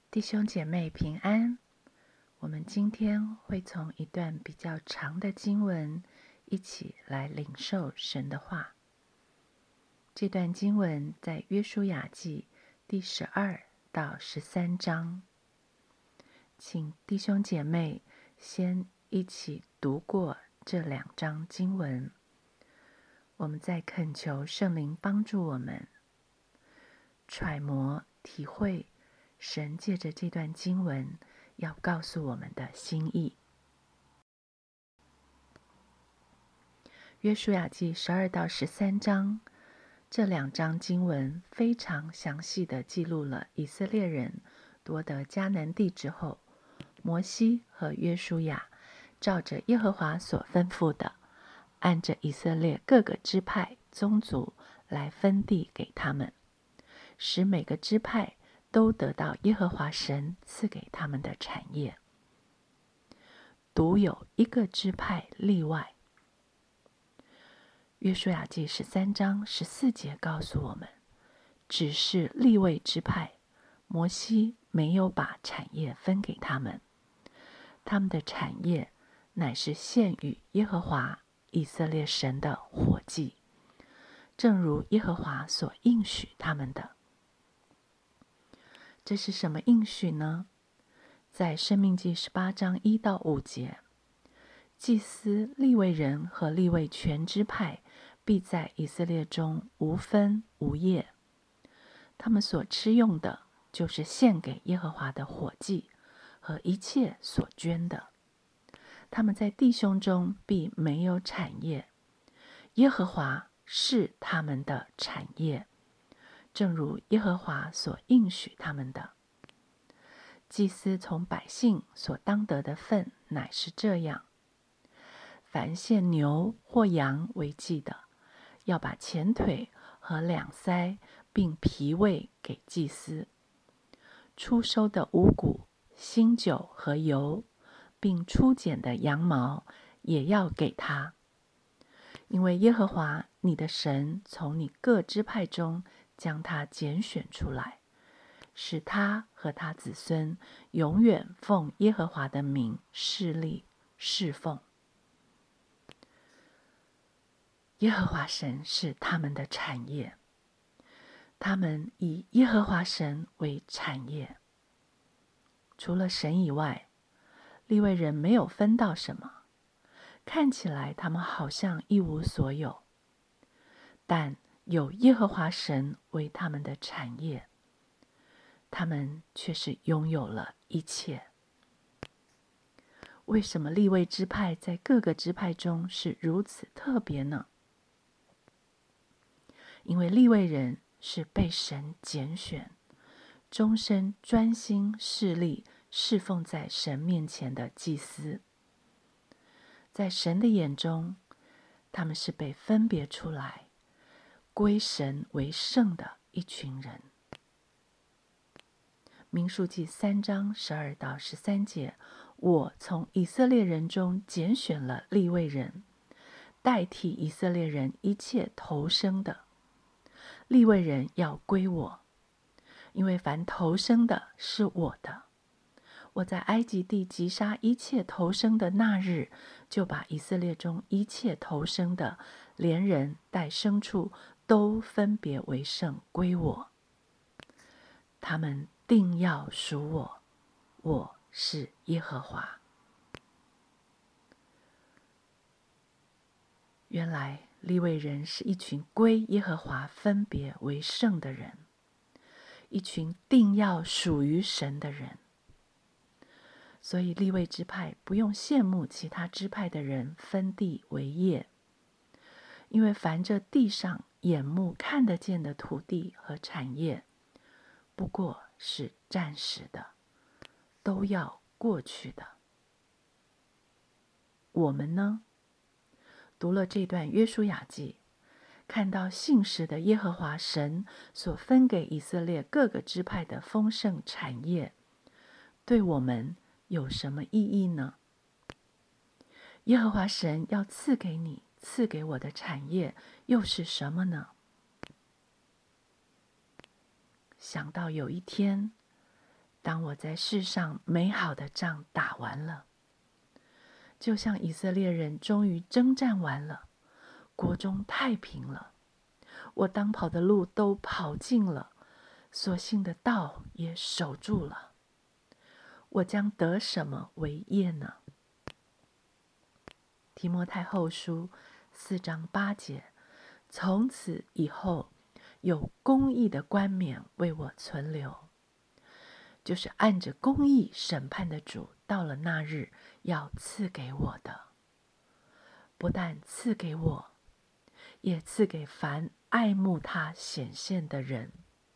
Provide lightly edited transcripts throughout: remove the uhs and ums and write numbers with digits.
弟兄姐妹平安，我们今天会从一段比较长的经文一起来领受神的话。这段经文在约书亚记第12到13章，请弟兄姐妹先一起读过这2章经文，我们再恳求圣灵帮助我们揣摩体会神借着这段经文要告诉我们的心意。约书亚记12到13章，这2章经文非常详细地记录了以色列人夺得迦南地之后，摩西和约书亚照着耶和华所吩咐的，按着以色列各个支派宗族来分地给他们，使每个支派都得到耶和华神赐给他们的产业。独有一个支派例外。约书亚记13章14节告诉我们，只是利未支派，摩西没有把产业分给他们，他们的产业乃是献与耶和华以色列神的火祭，正如耶和华所应许他们的。这是什么应许呢？在申命记18章1到5节，祭司利未人和利未全支派必在以色列中无分无业，他们所吃用的就是献给耶和华的火祭和一切所捐的。他们在弟兄中必没有产业，耶和华是他们的产业，正如耶和华所应许他们的。祭司从百姓所当得的份乃是这样：凡献牛或羊为祭的，要把前腿和两腮并脾胃给祭司；初收的五谷、新酒和油，并初剪的羊毛也要给他。因为耶和华你的神从你各支派中将他拣选出来，使他和他子孙永远奉耶和华的名侍立侍奉。耶和华神是他们的产业，他们以耶和华神为产业。除了神以外，利未人没有分到什么，看起来他们好像一无所有，但有耶和华神为他们的产业，他们却是拥有了一切。为什么利未支派在各个支派中是如此特别呢？因为利未人是被神拣选，终身专心侍立侍奉在神面前的祭司。在神的眼中，他们是被分别出来，归神为圣的一群人。民数记3章12到13节，我从以色列人中拣选了利未人，代替以色列人一切头生的。利未人要归我，因为凡头生的是我的。我在埃及地击杀一切头生的那日，就把以色列中一切头生的，连人带牲畜，都分别为圣归我。他们定要属我，我是耶和华。原来利未人是一群归耶和华分别为圣的人，一群定要属于神的人。所以利未支派不用羡慕其他支派的人分地为业，因为凡这地上眼目看得见的土地和产业，不过是暂时的，都要过去的。我们呢？读了这段约书亚记，看到信实的耶和华神所分给以色列各个支派的丰盛产业，对我们有什么意义呢？耶和华神要赐给你、赐给我的产业又是什么呢？想到有一天， 当我在世上美好的仗打完了，就像以色列人终于征战完了，国中太平了，我当跑的路都跑尽了，所信的道也守住了，我将得什么为业呢？提摩太后书4章8节，从此以后有公义的冠冕为我存留，就是按着公义审判的主到了那日要赐给我的，不但赐给我，也赐给凡爱慕他显现的人。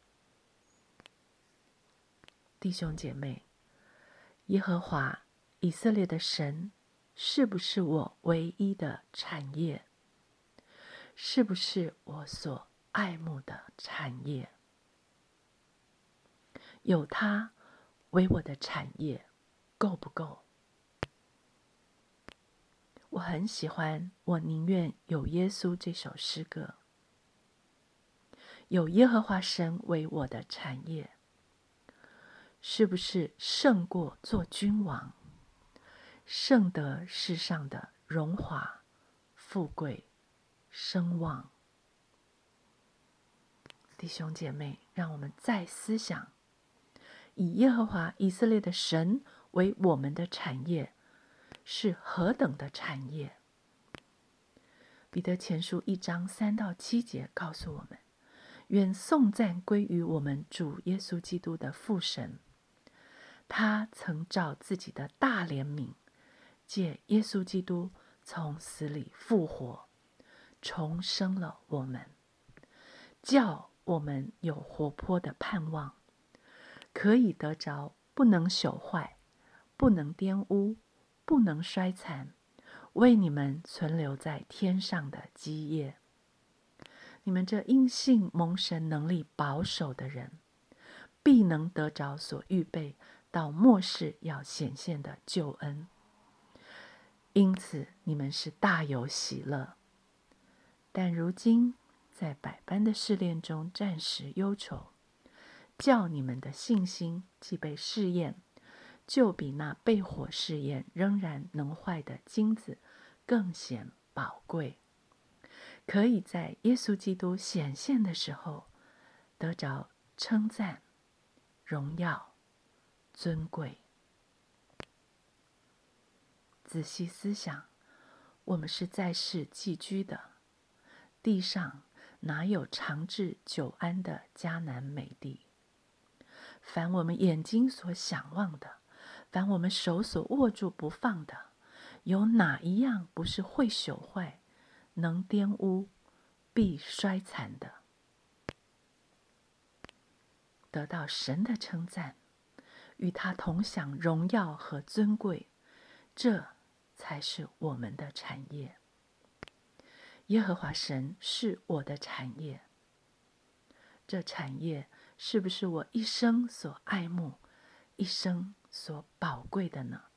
弟兄姐妹，耶和华以色列的神是不是我唯一的产业？是不是我所爱慕的产业？有他为我的产业，够不够？我很喜欢我宁愿有耶稣这首诗歌。有耶和华神为我的产业，是不是胜过做君王，胜得世上的荣华富贵声望？弟兄姐妹，让我们再思想，以耶和华以色列的神为我们的产业，是何等的产业？彼得前书1章3到7节告诉我们，愿颂赞归于我们主耶稣基督的父神，他曾照自己的大怜悯，借耶稣基督从死里复活，重生了我们，叫我们有活泼的盼望，可以得着不能朽坏、不能玷污、不能衰残，为你们存留在天上的基业。你们这因信蒙神能力保守的人，必能得着所预备到末世要显现的救恩。因此你们是大有喜乐。但如今在百般的试炼中暂时忧愁，叫你们的信心既被试验，就比那被火试验仍然能坏的金子更显宝贵，可以在耶稣基督显现的时候得着称赞、荣耀、尊贵。仔细思想，我们是在世寄居的，地上哪有长治久安的迦南美地？凡我们眼睛所想望的，凡我们手所握住不放的，有哪一样不是会朽坏、能玷污、必衰残的？得到神的称赞，与他同享荣耀和尊贵，这才是我们的产业。耶和华神是我的产业，这产业是不是我一生所爱慕、一生所宝贵的呢？